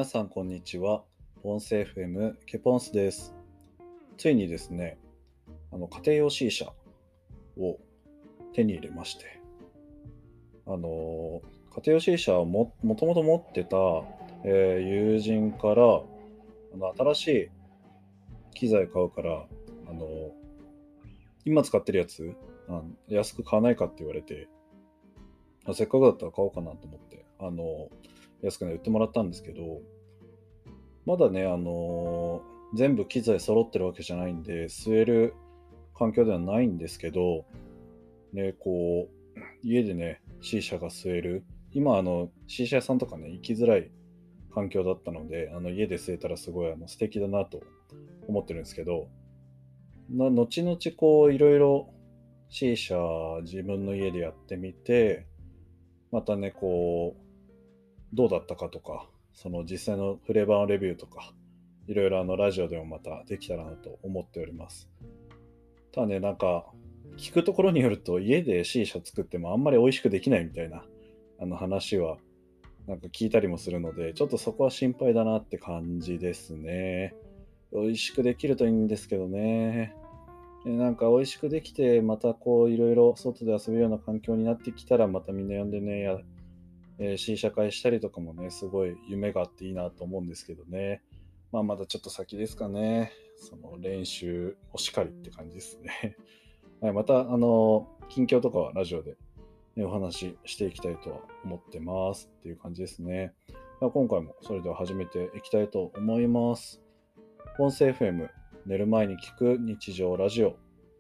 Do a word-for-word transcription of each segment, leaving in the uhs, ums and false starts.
皆さんこんにちは。ポンス エフエム ケポンスです。ついにですね、あの家庭用 C 社を手に入れまして、あの家庭用 C 社をももともと持ってた、えー友人からあの新しい機材買うから、あの今使ってるやつあの安く買わないかって言われて、あせっかくだったら買おうかなと思って、あの安くね売ってもらったんですけど、まだね、あのー全部機材揃ってるわけじゃないんで、吸える環境ではないんですけど、ね、こう、家でね、C 社が吸える。今、あの、C 社屋さんとかね、行きづらい環境だったので、あの、家で吸えたらすごいあの素敵だなと思ってるんですけど、な後々こう、いろいろ C 社自分の家でやってみて、またね、こう、どうだったかとか、その実際のフレーバーのレビューとか、いろいろあのラジオでもまたできたらなと思っております。ただね、なんか、聞くところによると、家で C 社作ってもあんまり美味しくできないみたいな、あの話は、なんか聞いたりもするので、ちょっとそこは心配だなって感じですね。美味しくできるといいんですけどね。でなんか美味しくできて、またこういろいろ外で遊べるような環境になってきたら、またみんな呼んでね、やえー C 社会したりとかもね、すごい夢があっていいなと思うんですけどね。まあまだちょっと先ですかね。その練習もしかりって感じですね。はい、また、あの、近況とかはラジオで、ね、お話ししていきたいとは思ってますっていう感じですね。まあ今回もそれでは始めていきたいと思います。音声 エフエム、寝る前に聞く日常ラジオ。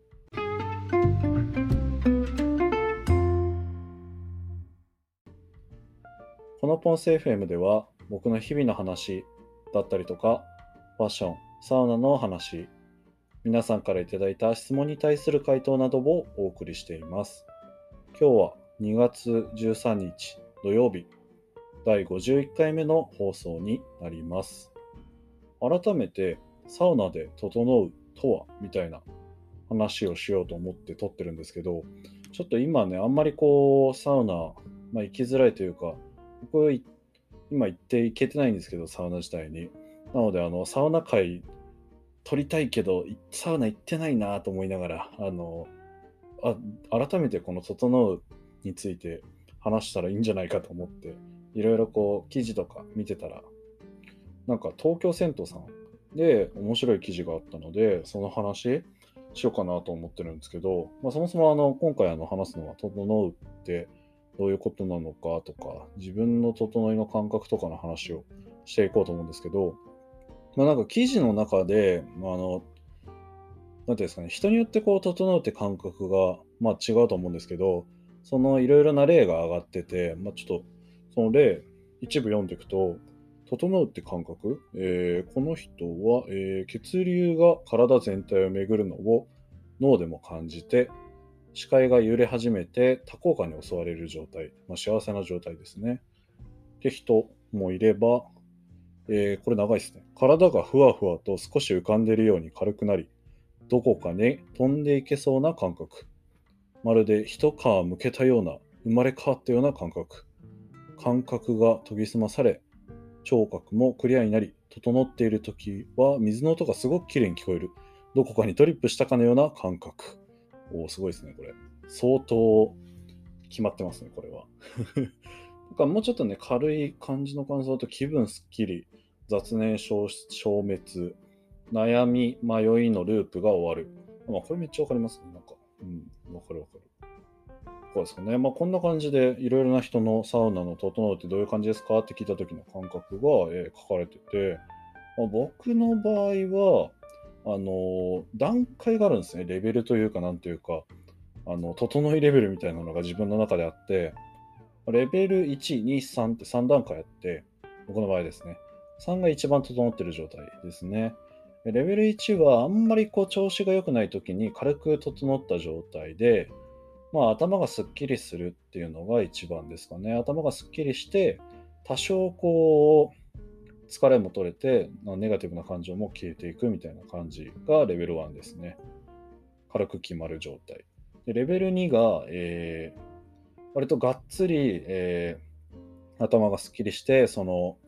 このポンセ エフエム では僕の日々の話だったりとか、ファッション、サウナの話、皆さんからいただいた質問に対する回答などをお送りしています。今日はにがつじゅうさんにち土曜日、だいごじゅういっかいめの放送になります。改めてサウナで整うとはみたいな話をしようと思って撮ってるんですけど、ちょっと今ね、あんまりこう、サウナ、まあ、行きづらいというか、僕今行って行けてないんですけど、サウナ自体に。なので、あの、サウナ会取りたいけど、いサウナ行ってないなと思いながら、あの、あ、改めてこの整うについて話したらいいんじゃないかと思って、いろいろこう、記事とか見てたら、なんか東京銭湯さんで面白い記事があったので、その話しようかなと思ってるんですけど、まあ、そもそもあの、今回あの話すのは、整うってどういうことなのかとか、自分の整いの感覚とかの話をしていこうと思うんですけど、まあ、なんか記事の中で、まあ、あの、なんていうんですかね、人によってこう、整うって感覚が、まあ、違うと思うんですけど、そのいろいろな例が上がってて、まあ、ちょっと、その例、一部読んでいくと、整うって感覚、えーこの人は、えー血流が体全体を巡るのを脳でも感じて、視界が揺れ始めて多幸感に襲われる状態、まあ、幸せな状態ですね。って人もいれば、えーこれ長いですね。体がふわふわと少し浮かんでいるように軽くなり、どこかに飛んでいけそうな感覚。まるで一皮むけたような、生まれ変わったような感覚。感覚が研ぎ澄まされ、聴覚もクリアになり、整っている時は水の音がすごく綺麗に聞こえる。どこかにトリップしたかのような感覚。おー、すごいですね、これ。相当決まってますね、これは。なんかもうちょっとね、軽い感じの感想だと気分すっきり、雑念消消滅、悩み、迷いのループが終わる。まあ、これめっちゃわかりますね。なんか、うん、わかるわかる。そうですかね。まあ、こんな感じで、いろいろな人のサウナの整うってどういう感じですかって聞いた時の感覚が、えー書かれてて、まあ、僕の場合は、あのー段階があるんですね。レベルというか、なんというか、あの、整いレベルみたいなのが自分の中であって、レベルいち、に、さんってさん段階あって、僕の場合ですね。さんが一番整ってる状態ですね。レベルいちはあんまりこう調子が良くない時に軽く整った状態で、まあ頭がすっきりするっていうのが一番ですかね。頭がすっきりして、多少こう、疲れも取れて、ネガティブな感情も消えていくみたいな感じがレベルいちですね。軽く決まる状態。でレベルにが、えー割とがっつり、えー頭がすっきりして、その、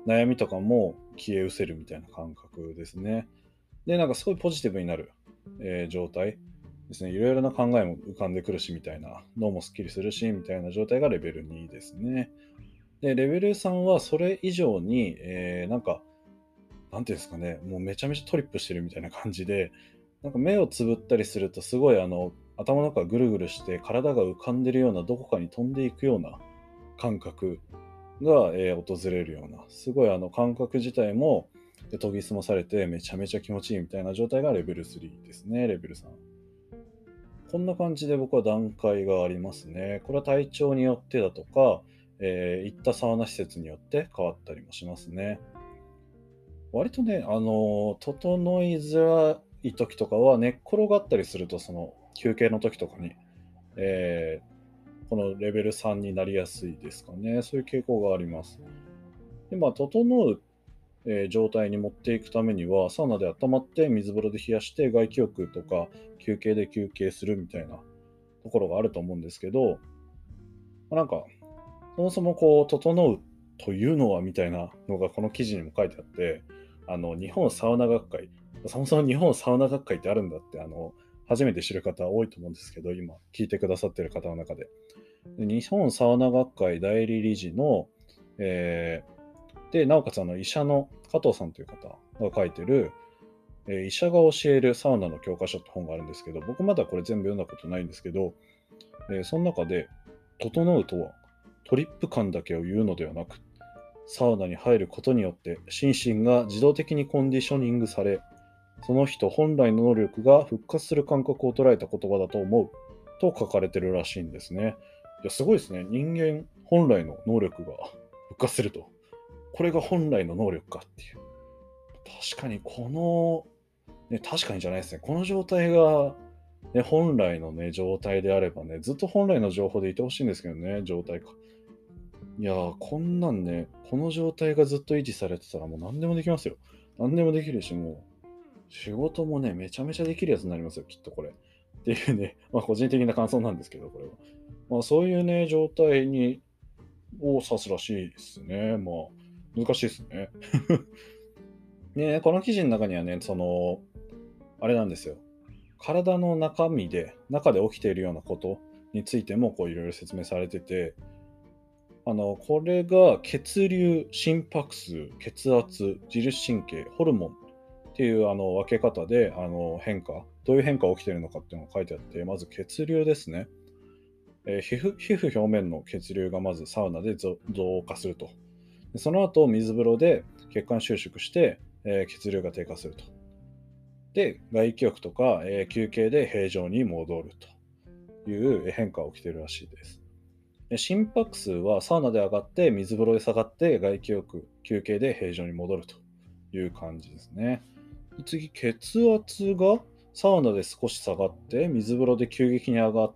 悩みとかも消え失せるみたいな感覚ですね。で、なんかすごいポジティブになる、えー状態ですね。いろいろな考えも浮かんでくるしみたいな、脳もスッキリするしみたいな状態がレベルにですね。で、レベルさんはそれ以上に、えーなんか、なんていうんですかね、もうめちゃめちゃトリップしてるみたいな感じで、なんか目をつぶったりするとすごいあの、頭の中がぐるぐるして体が浮かんでるような、どこかに飛んでいくような感覚が、えー訪れるような、すごいあの感覚自体もえ研ぎ澄まされてめちゃめちゃ気持ちいいみたいな状態がレベルスリーですね、レベルさん。こんな感じで僕は段階がありますね。これは体調によってだとか、えー行ったサウナ施設によって変わったりもしますね。割とね、あの、整いづらい時とかは寝っ転がったりすると、その休憩の時とかに、えーこのレベルさんになりやすいですかね。そういう傾向があります。で、まあ、整う、えー状態に持っていくためには、サウナで温まって水風呂で冷やして外気浴とか休憩で休憩するみたいなところがあると思うんですけど、まあなんか、そもそもこう、整うというのはみたいなのがこの記事にも書いてあって、あの、日本サウナ学会、そもそも日本サウナ学会ってあるんだって、あの、初めて知る方多いと思うんですけど、今、聞いてくださってる方の中で。で日本サウナ学会代理理事の、えーで、なおかつあの医者の加藤さんという方が書いてる、えー医者が教えるサウナの教科書って本があるんですけど、僕まだこれ全部読んだことないんですけど、えーその中で、整うとはトリップ感だけを言うのではなく、サウナに入ることによって心身が自動的にコンディショニングされ、その人本来の能力が復活する感覚を捉えた言葉だと思うと書かれてるらしいんですね。いや、すごいですね。人間本来の能力が復活すると。これが本来の能力かっていう。確かにこの、ね、確かにじゃないですね。この状態が、ね、本来のね、状態であればね、ずっと本来の情報でいてほしいんですけどね、状態か。いやー、こんなんね、この状態がずっと維持されてたらもう何でもできますよ。何でもできるし、もう、仕事もね、めちゃめちゃできるやつになりますよ、きっとこれ。っていうね、まあ個人的な感想なんですけど、これは。まあそういうね、状態に、を指すらしいですね。まあ、難しいですね。ね、この記事の中にはね、その、あれなんですよ。体の中身で、中で起きているようなことについても、こういろいろ説明されてて、あの、これが血流、心拍数、血圧、自律神経、ホルモンっていうあの分け方であの変化、どういう変化が起きているのかっていうのが書いてあって、まず血流ですね。えー皮膚皮膚表面の血流がまずサウナで増増加すると。でその後、水風呂で血管収縮して、えー血流が低下すると。で、外気浴とか、えー休憩で平常に戻るという変化が起きているらしいです。で心拍数はサウナで上がって、水風呂で下がって、外気浴、休憩で平常に戻るという感じですね。次、血圧がサウナで少し下がって、水風呂で急激に上がって、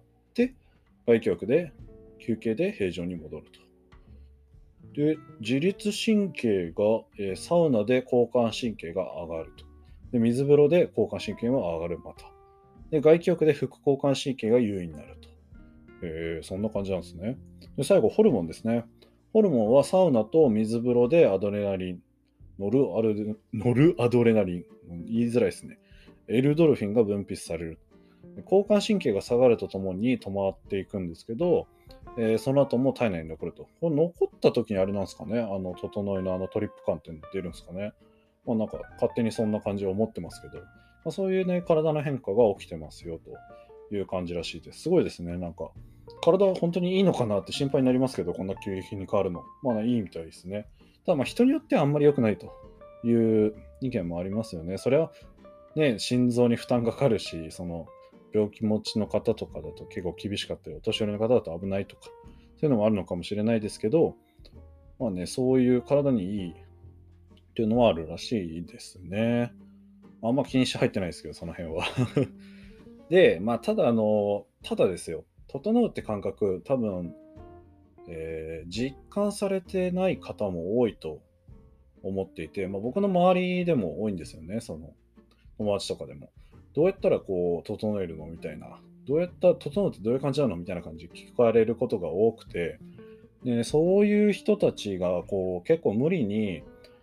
外気浴で休憩で平常に戻ると。で、自律神経が、えーサウナで交感神経が上がると。で、水風呂で交感神経も上がる、また。で、外気浴で副交感神経が優位になると。えー、そんな感じなんですね。で、最後、ホルモンですね。ホルモンはサウナと水風呂でアドレナリン、ノルアルノルアドレナリン、うん言いづらいですね。エルドルフィンが分泌される。交感神経が下がるとともに止まっていくんですけど、えーその後も体内に残ると。これ残った時にあれなんですかね、あの、整いのあのトリップ感っていうの出るんですかね。まあなんか勝手にそんな感じを思ってますけど、まあ、そういうね、体の変化が起きてますよという感じらしいです。すごいですね、なんか。体は本当にいいのかなって心配になりますけど、こんな急激に変わるの。まあ、いいみたいですね。ただまあ人によってはあんまり良くないという意見もありますよね。それはね、心臓に負担がかかるし、その病気持ちの方とかだと結構厳しかったり、お年寄りの方だと危ないとか、そういうのもあるのかもしれないですけど、まあね、そういう体にいいっていうのはあるらしいですね。あんま気にして入ってないですけど、その辺は。で、まあ、ただ、あの、ただですよ、整うって感覚、多分、えー実感されてない方も多いと思っていて、まあ、僕の周りでも多いんですよね、その友達とかでも。どうやったらこう整えるのみたいな。どうやった整うってどういう感じなのみたいな感じで聞かれることが多くて、でそういう人たちがこう結構無理に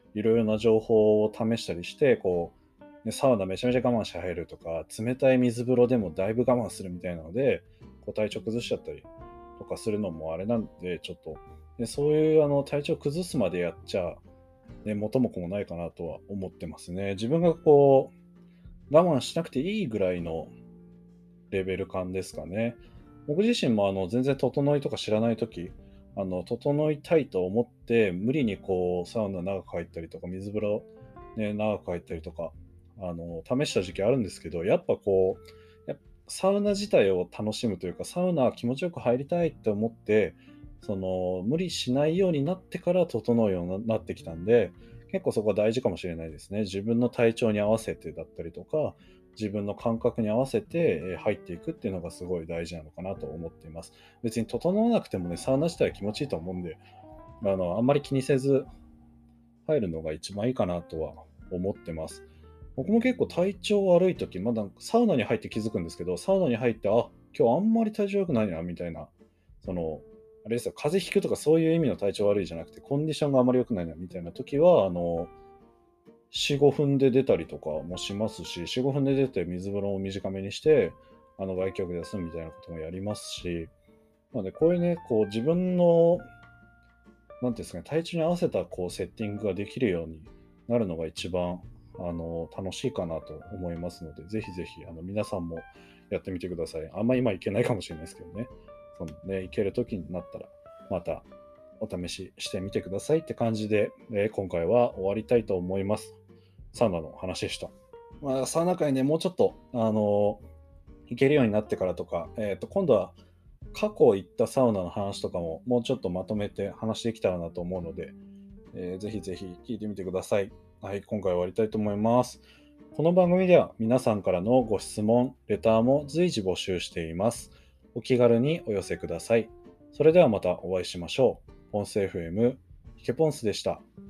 いろいろな情報を試したりして、こう、ね、サウナめちゃめちゃ我慢して入るとか、冷たい水風呂でもだいぶ我慢するみたいなので、こう体調崩しちゃったりとかするのもあれなんで、ちょっと、でそういうあの体調崩すまでやっちゃ、ね、元も子もないかなとは思ってますね。自分がこう、我慢しなくていいぐらいのレベル感ですかね。僕自身もあの全然整いとか知らないとき、あの整いたいと思って無理にこうサウナ長く入ったりとか水風呂、ね、長く入ったりとかあの試した時期あるんですけど、やっぱこうやっぱサウナ自体を楽しむというか、サウナ気持ちよく入りたいって思ってその無理しないようになってから整うようになってきたんで、結構そこは大事かもしれないですね。自分の体調に合わせてだったりとか、自分の感覚に合わせてえー入っていくっていうのがすごい大事なのかなと思っています。別に整わなくてもね、サウナ自体は気持ちいいと思うんで、あの、あんまり気にせず入るのが一番いいかなとは思ってます。僕も結構体調悪い時、まだサウナに入って気づくんですけど、サウナに入って、あ、今日あんまり体調良くないな、みたいな、その、あれですよ、風邪ひくとかそういう意味の体調悪いじゃなくて、コンディションがあまり良くないな、みたいな時は、あの、よん、ごふんで出たりとかもしますし、よん、ごふんで出て水風呂を短めにして、あの外気浴で休むみたいなこともやりますし、なのでこういうね、こう自分の、なんていうんですかね、体調に合わせたこうセッティングができるようになるのが一番あの楽しいかなと思いますので、ぜひぜひあの皆さんもやってみてください。あんま今いけないかもしれないですけどね、そのね、いける時になったら、またお試ししてみてくださいって感じで、えー今回は終わりたいと思います。サウナの話でした。まあ、サウナ界ね、もうちょっと、あの行けるようになってからとか、えっと、今度は過去行ったサウナの話とかももうちょっとまとめて話していけたらなと思うので、えーぜひぜひ聞いてみてください。はい、今回は終わりたいと思います。この番組では皆さんからのご質問、レターも随時募集しています。お気軽にお寄せください。それではまたお会いしましょう。ポンス エフエム、ヒケポンスでした。